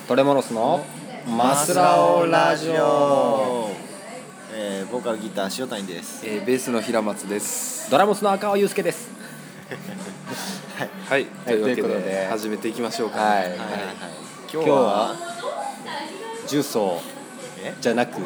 トレモロスのマスラオラジオ、 ボーカルギター塩谷です、 ベースの平松です。 ドラムスの赤尾祐介です。 はい、というわけということでで始めていきましょうか。 はい、今日は重曹じゃなく、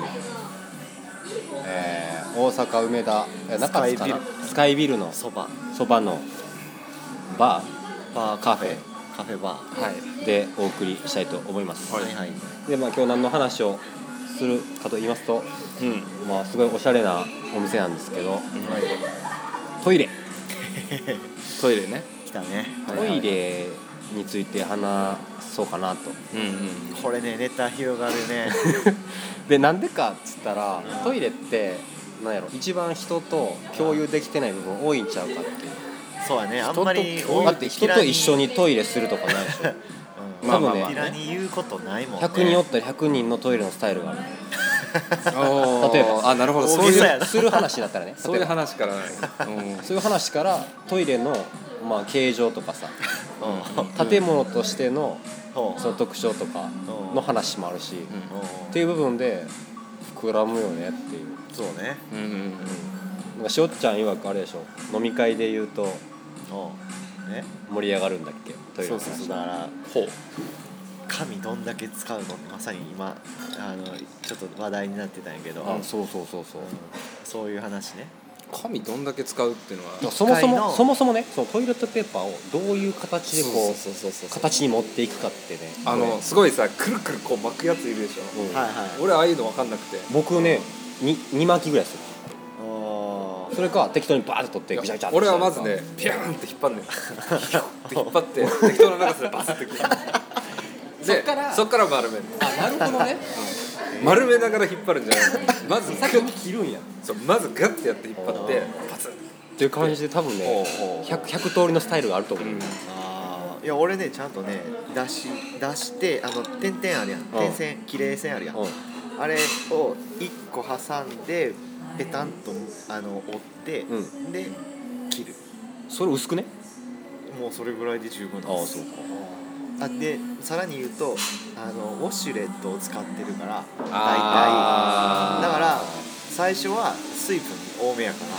大阪梅田中津かな、スカイビルのそばのバーカフェバー、 でお送りしたいと思います。 はいはい。 で、今日何の話をするかと言いますと、すごいおしゃれなお店なんですけど、トイレトイレね。 来たね。 トイレについて話そうかなと。 これね、ネタ広がるね。 で、なんでかっつったら、トイレってなんやろ、一番人と共有できてない部分多いんちゃうかっていう。 そうやね、あんまりだって人と一緒にトイレするとかないでしょ。多分ね、 キラに言うことないもんね。 100人おったら100人のトイレのスタイルがある。 例えば、なるほど、そういうする話だったらね。 そういう話から、 そういう話からトイレの形状とかさ、建物としてのその特徴とかの話もあるし、っていう部分で膨らむよねっていう。 そうね。 しおっちゃん曰くあれでしょ、飲み会で言うと盛り上がるんだっけ、トイレの話。 そうだから紙どんだけ使うのってまさに今ちょっと話題になってたんやけど、そういう話ね。 紙どんだけ使うっていうのは、 そもそもね、そのトイレットペーパーをどういう形でこう形に持っていくかってね、 すごいさ、くるくるこう巻くやついるでしょ。俺ああいうの分かんなくて、 僕ね2巻きぐらいする。それか適当にバーッと取ってぐちゃぐちゃって。 俺はまずね、ピューンって引っ張るのよ。ヒュッて引っ張って適当な長さでバスって切る。そっから丸める。 なるほどね。 丸めながら引っ張るんじゃない。まず先に切るんや。 そう、まずガッてやって引っ張ってパツンっていう感じで、多分ね100通りのスタイルがあると思う。 いや俺ね、ちゃんとね出して点々あるやん、点線綺麗線あるやん、あれを1個挟んでペタンと折って、で切る。 それ薄くね。 もうそれぐらいで十分なんです。 そうか。 でさらに言うとウォシュレットを使ってるから大体だから最初は水分多めやから、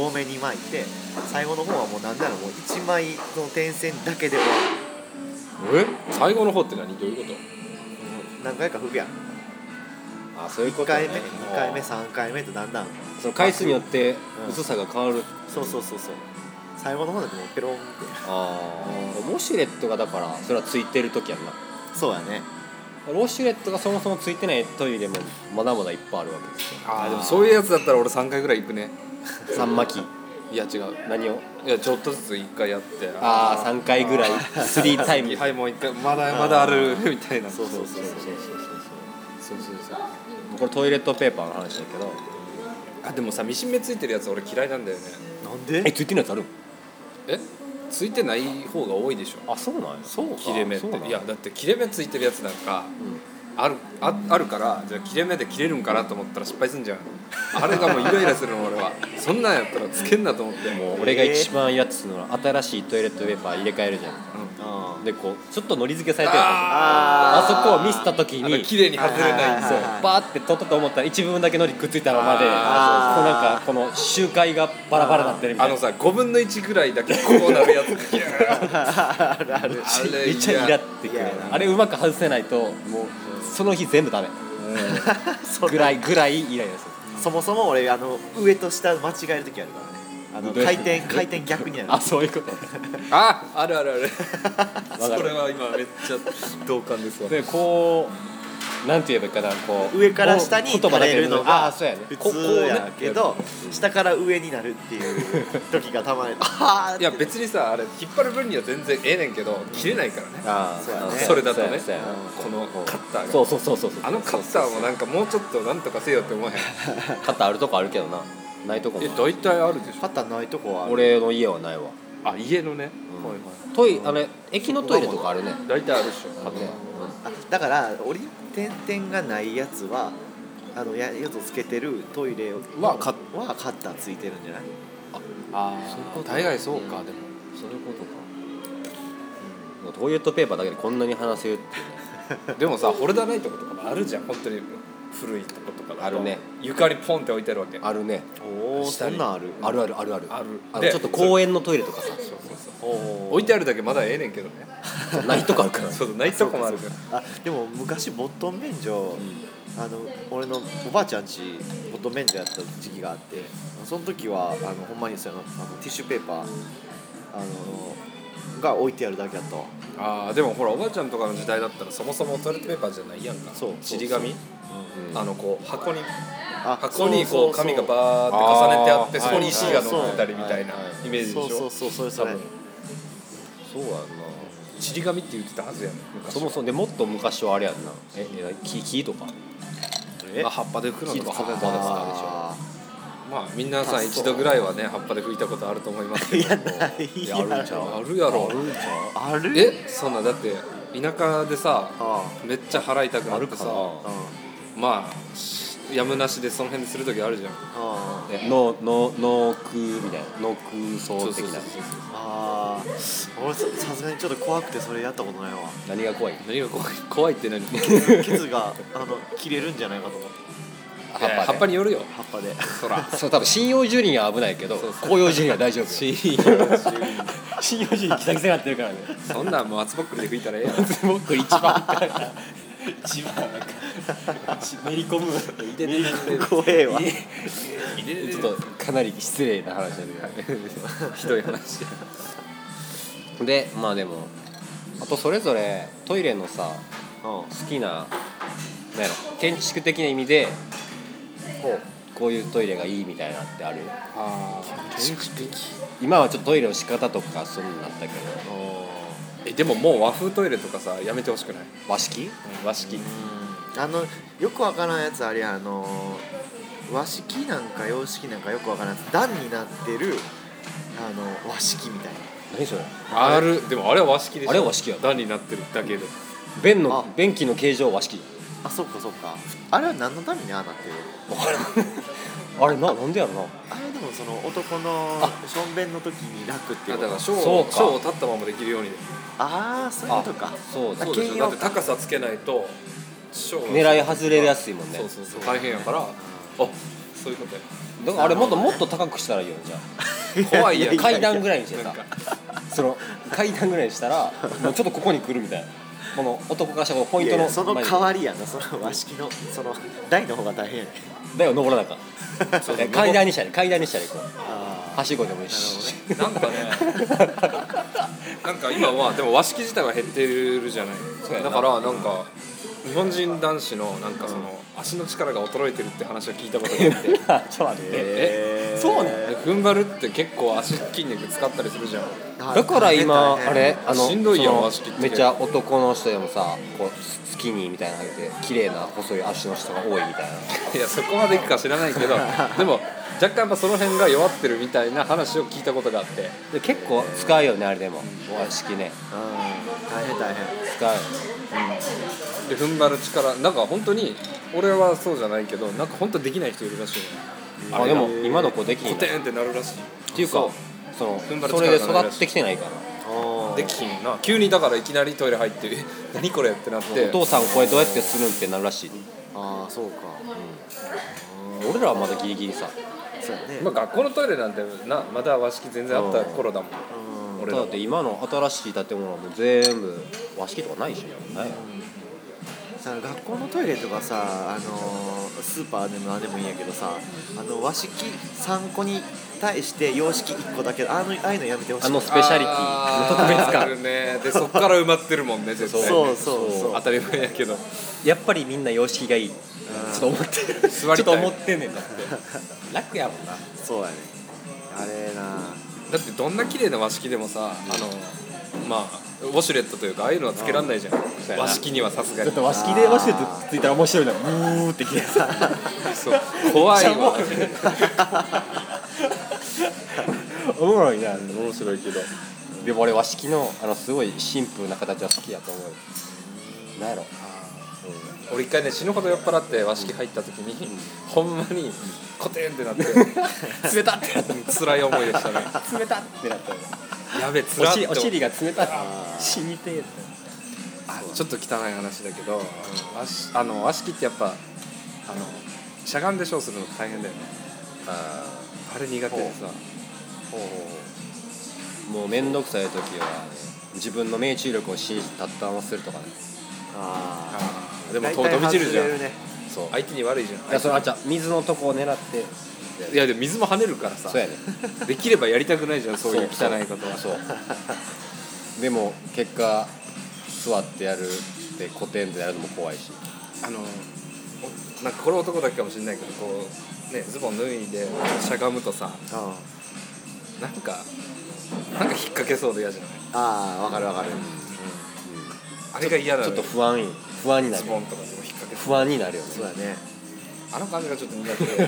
多めに巻いて、最後の方はもうなんならもう1枚の点線だけで終わる。 最後の方って何、どういうこと？ 何回か拭くやん。 そういうことね。 1回目2回目3回目とだんだんその回数によって薄さが変わる。 そう最後の方だともうペロンって。 ウォシュレットがだからそれはついてる時やんな。 そうやね。 ウォシュレットがそもそもついてないトイレもまだまだいっぱいあるわけですよ。 でもそういうやつだったら俺3回ぐらい行くね。 3巻き。 いや違う。 何を？ いやちょっとずつ1回やって。 3回ぐらい。3タイム。 はい、もう1回まだあるみたいな。 そう。 これトイレットペーパーの話だけど。 でもさ、ミシン目ついてるやつ俺嫌いなんだよね。 なんで？ ついてるやつある？ ついてない方が多いでしょ。 そうなんや。そうか。 切れ目って。いやだって切れ目ついてるやつなんか、あるから、じゃあ切れ目で切れるんかなと思ったら失敗すんじゃん。あれがもうイライラするの俺は。そんなんやったらつけんなと思って。 もう俺が一番やつの新しいトイレットペーパー入れ替えるじゃん。でこうちょっとのり付けされてる。あそこをミスった時に綺麗に外れない。 そうバーって取ったと思ったら一部分だけのりくっついたままで、なんかこの周回がバラバラになってるみたいな。 5分の1ぐらいだけこうなるやつ。 あるめっちゃイラってくる。あれうまく外せないともうその日全部ダメ。ぐらいイライラする。 そもそも俺上と下間違える時あるからね。回転逆になる。 そういうこと。 あるそれは今めっちゃ同感ですわ。 でこうなんて言えばいいかな、こう上から下に垂れるのがそうやね、 普通やけど、下から上になるっていう時がたまにいや別にさ、あれ引っ張る分には全然ええねんけど切れないからね。 そうやね。 それだとね、このカッターが。 そうあのカッターもなんかもうちょっとなんとかせよって思わへん。 カッターあるとこあるけどな、ないとこも大体あるでしょ。 カッターないとこはある。 俺の家はないわ。 家のね、 駅のトイレとかあるね。 大体あるでしょ。 だから折り点々がないやつはやつをつけてるトイレはカッターついてるんじゃない？ 大概そうか。でもそういうことか。トイレットペーパーだけでこんなに話せるっていうね。 でもさホルダーないとことかもあるじゃん本当に古いとことかだとあるね床にポンって置いてあるわけあるねおお、そんなんある。 あるあるあるあるあるちょっと公園のトイレとかさ置いてあるだけまだええねんけどねないとこあるからそうないとこもあるからあ、でも昔ボットン便所、俺のおばあちゃんちボットン便所やった時期があって、その時はほんまにそのティッシュペーパーが置いてあるだけだったわ。 あーでもほらおばあちゃんとかの時代だったらそもそもトイレットペーパーじゃないやんかそうちり紙こう箱にあこう紙がバーって重ねてあってあーそこに石が乗ってたりみたいなはいはいイメージでしょそうそれそうやんなちり紙って言ってたはずやねん昔そもそもでもっと昔はあれやんな木とか葉っぱで拭くのとか葉っぱでさあまあ皆さん一度ぐらいはね葉っぱで拭いたことあると思いますけどーいやないいやあるんちゃうあるやろあるそんなだって田舎でさあめっちゃ腹痛くなってさあるかなまあやむなしでその辺でする時あるじゃんあ脳空みたいな脳空想的なあ俺さすがにちょっと怖くてそれやったことないわ。 何が怖い何が怖いって何ケツが切れるんじゃないかと思って、 葉っぱによるよ葉っぱでそらそう多分針葉樹林は危ないけどそう広葉樹林は大丈夫針針葉樹林ギザギザになってるからねそんなんもう厚ぼっくりで拭いたらええやん僕一番一番なんかめり込む怖えわ。 ちょっとかなり失礼な話だけどひどい話でまあでもあとそれぞれトイレのさ好きな何やろ建築的な意味でこういうトイレがいいみたいなってある建築的今はちょっとトイレの仕方とかそういうのになったけど、 でももう和風トイレとかさやめてほしくない？ 和式和式よくわからんやつあれや和式なんか洋式なんかよくわからんやつ段になってる和式みたいな。 何それあるでもあれは和式でしょ。 あれは和式や段になってるだけで便器の形状和式あ、そっかそっか。あれは何のためにああなってる？ あれなんでやろなあれでもその男のしょんべんの時に楽っていうこと。 だから小そうかを立ったままできるようにああ、そういうことか。 そうそうでしょ。だって高さつけないと小狙い外れやすいもんねそう大変やからそういうことやだからあれもっと高くしたらいいよじゃあ怖いやん階段ぐらいにしてさなんかその階段ぐらいにしたらもうちょっとここに来るみたいなこの男からしたらこのポイントのいやいやその代わりやな、その和式のその台の方が大変やねん。 だよ登らなあかん階段にしたらこうあはしごでもいいしなんかねなんか今はでも和式自体は減ってるじゃない。 そうやなだからなんか日本人男子のなんかその足の力が衰えてるって話を聞いたことがあってちょっと待ってそうなの踏ん張るって結構足の筋肉使ったりするじゃん。 あだから今あれしんどいやんその和式ってめっちゃ男の人でもさこうスキニーみたいなの履いて綺麗な細い足の人が多いみたいないやそこまでいくか知らないけどでも若干やっぱその辺が弱ってるみたいな話を聞いたことがあってで結構使うよねあれでも和式ね大変大変。 使うで踏ん張る力なんか本当に俺はそうじゃないけどなんか本当できない人いるらしいの。 あでも今の子できひんコテンってなるらしいっていうかその踏ん張るそれで力がないらしい育ってきてないからできひんな急にだからいきなりトイレ入って何これってなってお父さんこれどうやってするんってなるらしいああ、そうか。 俺らはまだギリギリさそうやね。 まあ学校のトイレなんてまだ和式全然あった頃だもん俺らはだって今の新しい建物はもう全部和式とかないしないさ学校のトイレとかさ、スーパーでも何でもいいんやけどさ、和式3個に対して洋式1個だけああいうのやめてほしい。 スペシャリティの特別感あるねでそっから埋まってるもんね絶対そうそうそう当たり前やけどやっぱりみんな洋式がいいちょっと思ってるちょ座りたいっと思ってんねんだって楽やもんなそうやね。あれな。 だってどんな綺麗な和式でもさまあウォシュレットというかああいうのはつけらんないじゃん和式にはさすがにちょっと和式で和式でついたら面白いなうーって消えさそう怖いわおもろいな面白いけどでも俺和式のすごいシンプルな形は好きやと思うなんやろ俺一回ね死ぬほど酔っ払って和式入った時にほんまにコテンってなって冷たってなった辛い思いでしたね冷たってなったやべ辛ってお尻が冷たって死にてえってあちょっと汚い話だけど、和式ってやっぱしゃがんでショーするの大変だよね。あれ苦手でさ、 もうめんどくさい時は、自分の命中力を信じてタッタンをするとかね。 でも飛び散るじゃん、 ね、 そう相手に悪いじゃん。 いやそれ水のとこを狙って、 いやでも水も跳ねるからさ、 そうやねできればやりたくないじゃん、そういう汚いことは。 そうでも結果座ってやるでコテンでやるのも怖いし、 なんかこれ男だけかもしれないけど、こうねズボン脱いでしゃがむとさ、なんか引っ掛けそうで嫌じゃない？ わかるわかる、 あれが嫌だね。 ちょっと不安になる。 ズボンとかでも引っ掛け不安になるよね。 そうだね、 あの感じがちょっと苦手で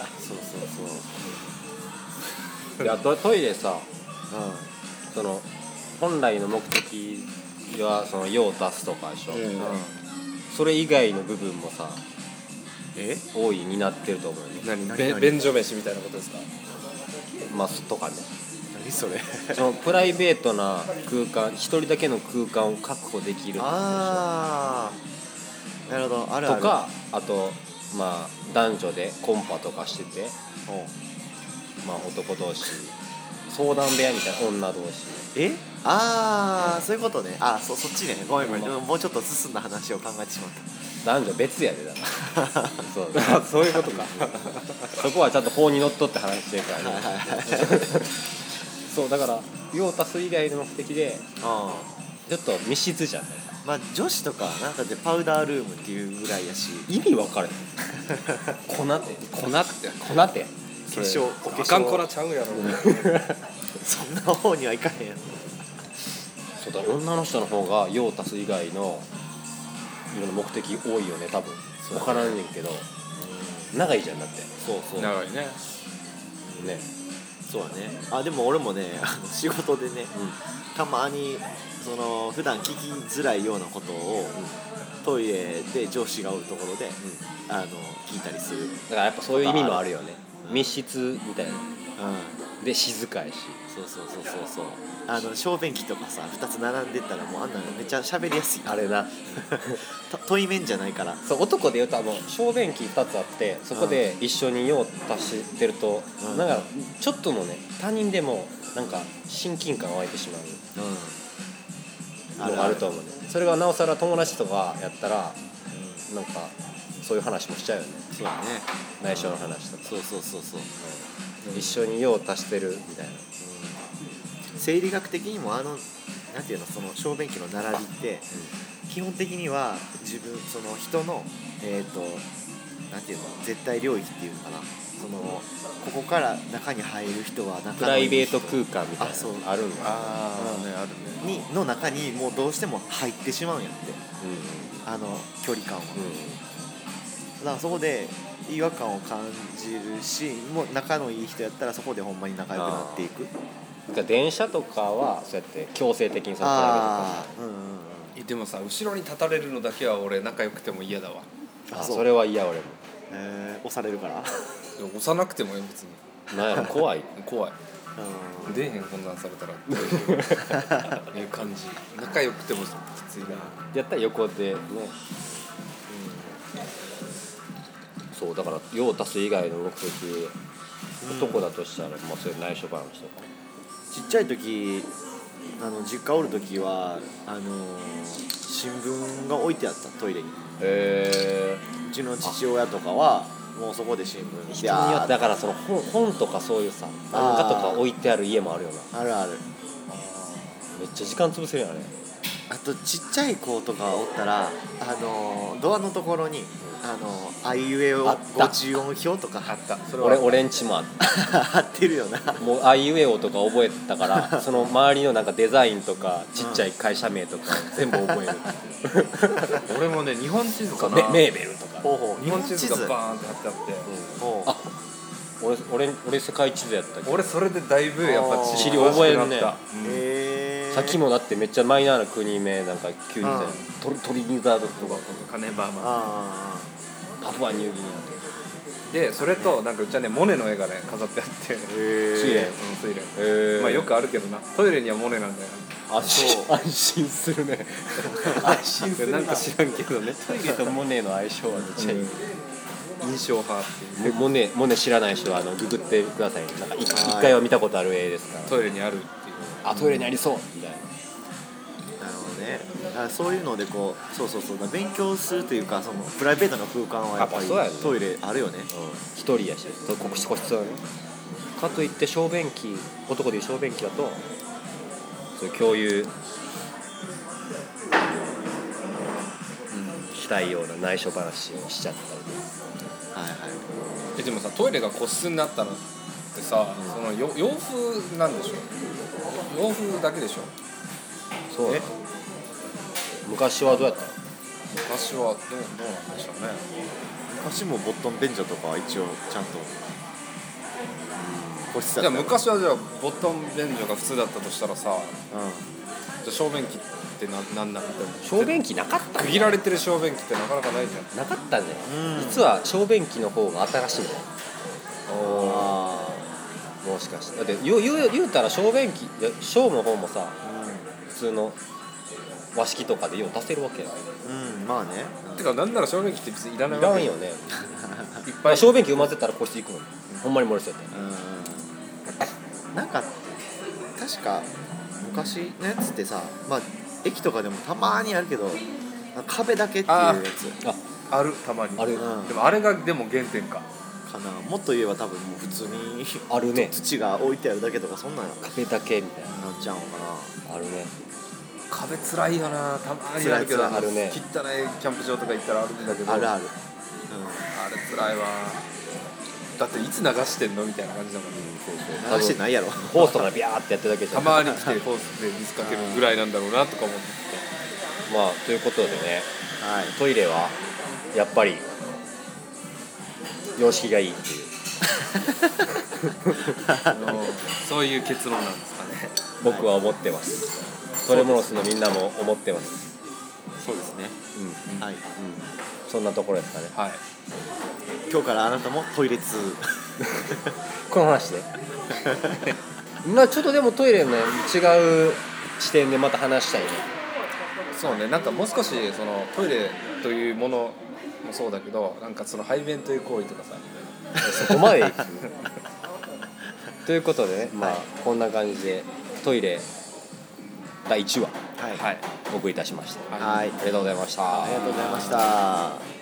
いやトイレさ、その本来の目的はその用を足すとかでしょ、それ以外の部分もさ大いになってると思うよね。 便所飯みたいなことですか？ まあとかね、 何それそのプライベートな空間、一人だけの空間を確保できる。 なるほど、あるある。 とか、あとまあ男女でコンパとかしてて、まあ男同士相談部屋みたいな、女同士。 そういうことね。そっちね。ごめん、もうちょっと進んだ話を考えてしまった。 男女別やでだからそういうことかそこはちゃんと法にのっとって話してるからねそうだから用を足す以外の目的でちょっと密室じゃん。 まあ女子とかなんかでパウダールームっていうぐらいやし、 意味分かれへん粉ってお化粧あかんこらちゃうやろそんな方にはいかへんやん。 そうだ、女の人の方が用を足す以外のいろんな目的多いよね多分。分からんねんけど、長いじゃんだって。 そう長いね。 そうだね。でも俺もね仕事でね、たまにその普段聞きづらいようなことを、トイレで上司がおるところで、聞いたりする。 だからやっぱそういう意味もあるよね。密室みたいな、で静かいし。 そう小便器とかさ2つ並んでたらもうあんなのめっちゃ喋りやすい。 あれな対面じゃないから。 そう男で言うと小便器2つあって、そこで一緒に用を足してると、なんかちょっとのね他人でもなんか親近感湧いてしまうのがあると思うね。それがなおさら友達とかやったら、なんかそういう話もしちゃうよね。 そうだね、 内緒の話とか。 そう、 一緒に用を足してるみたいな。 生理学的にもなんていうの、その小便器の並びって、基本的にはその人のなんていうの、絶対領域っていうのかな、そのここから中に入る人は仲のいい人、 プライベート空間みたいなあるんだ。 あるね。 の中にもうどうしても入ってしまうんやって、距離感は、だからそこで違和感を感じるし、もう仲のいい人やったらそこでほんまに仲良くなっていく。 電車とかはそうやって強制的にそのプライベートとか。 でもさ、後ろに立たれるのだけは俺仲良くても嫌だわ。 それは嫌。俺も押されるから押さなくてもよ別に。 なんやろ、怖い出えへん、こんなんされたらいう感じ。仲良くてもきついな。 やったら横でね、そうだから用を足す以外の目的、男だとしたら、まあ、そういう内緒話とか。 ちっちゃい時実家おる時は新聞が置いてあった、トイレに。うちの父親とかはもうそこで新聞人によってだからその本とかそういうさ漫画とか置いてある家もあるよな。 あるある。 めっちゃ時間潰せるよね。 あとちっちゃい子とかおったらドアのところにあいうえお50音表とか貼った。 俺んちもあった貼ってるよな。 もうあいうえおとか覚えたからその周りのなんかデザインとかちっちゃい会社名とか全部覚える俺もね、日本地図かな、 メーベルとか日本地図がバーンって貼ってあって、 俺世界地図やったけど、 俺それでだいぶやっぱ地理覚えるね。さっきももだってめっちゃマイナーな国名なんか急にトリニダードとかカネバーマパプアニューギニで、それとなんかうちはねモネの絵がね飾ってあって、 睡蓮睡蓮、まあよくあるけどな、トイレにはモネなんだよ。 安心するね安心するなんか知らんけどね。 トイレとモネの相性はめっちゃいい、 印象派っていう。 モネ知らない人はググってください。なんか一回は見たことある絵ですから、 トイレにあるっていう。 あトイレにありそうみたいな。 なるほどね。だからそういうのでこうそう勉強するというかそのプライベートな空間はやっぱりそうやねトイレあるよね。 一人やし個室はね。かといって小便器、男でいう小便器だとそういう共有したいような内緒話をしちゃったりとか。 はいはい。 でもさトイレが個室になったのってさ、その洋風なんでしょ。洋風だけでしょ。 そう昔はどうやったの？ 昔はどうなんでしょうね。 昔もボットン便所とかは一応ちゃんと個室だじゃあったよ。 昔はじゃあボットン便所が普通だったとしたらさ、 うじゃあ小便器ってなんなん小便器なかったん区切られてる小便器ってなかなかないじゃん。 なかったんじゃない、 うん実は小便器の方が新しいんだよ。 あもしかしてだって言うたら小便器小の方もさ普通の和式とかでよう出せるわけやん。 うんまあね。 てかなんなら小便器って別にいらないいらわけんよね。 いっぱい小便器埋まってたら個室行くもん、ほんまに漏れそうやったら。 なんか確か昔のやつってさ、まあ駅とかでもたまにあるけど壁だけっていうやつあるたまにある、 うんでもあれがでも原点か。 かな。もっと言えば多分もう普通にあるね土が置いてあるだけとかそんなんなっ壁だけみたいちゃうのかなあるね。 壁つらいよな。たまにあるけど辛いあるね汚いキャンプ場とか行ったらあるんだけどな。あるある。 あれつらいわ。だっていつ流してんのみたいな感じだもんね。 流してないやろ。 ホースとかビャーってやってるだけじゃん。 たまに来てホースで水かけるぐらいなんだろうなとか思ってまあということでね、 はい。 トイレはやっぱり様式がいいっていうそういう結論なんですかね。 僕は思ってます。トレモロスのみんなも思ってます。 そうですね。はい。 そんなところですかね。 はい。 今日からあなたもトイレ通。 この話でまあちょっとでもトイレの、ね、違う視点でまた話したいね。 そうね。なんかもう少しそのトイレというものもそうだけど、なんかその排便という行為とかさ。 そこまでいくということでね、まあこんな感じでトイレ第1話はい。 はい。 お送りいたしました。 はい。 ありがとうございました。 ありがとうございました。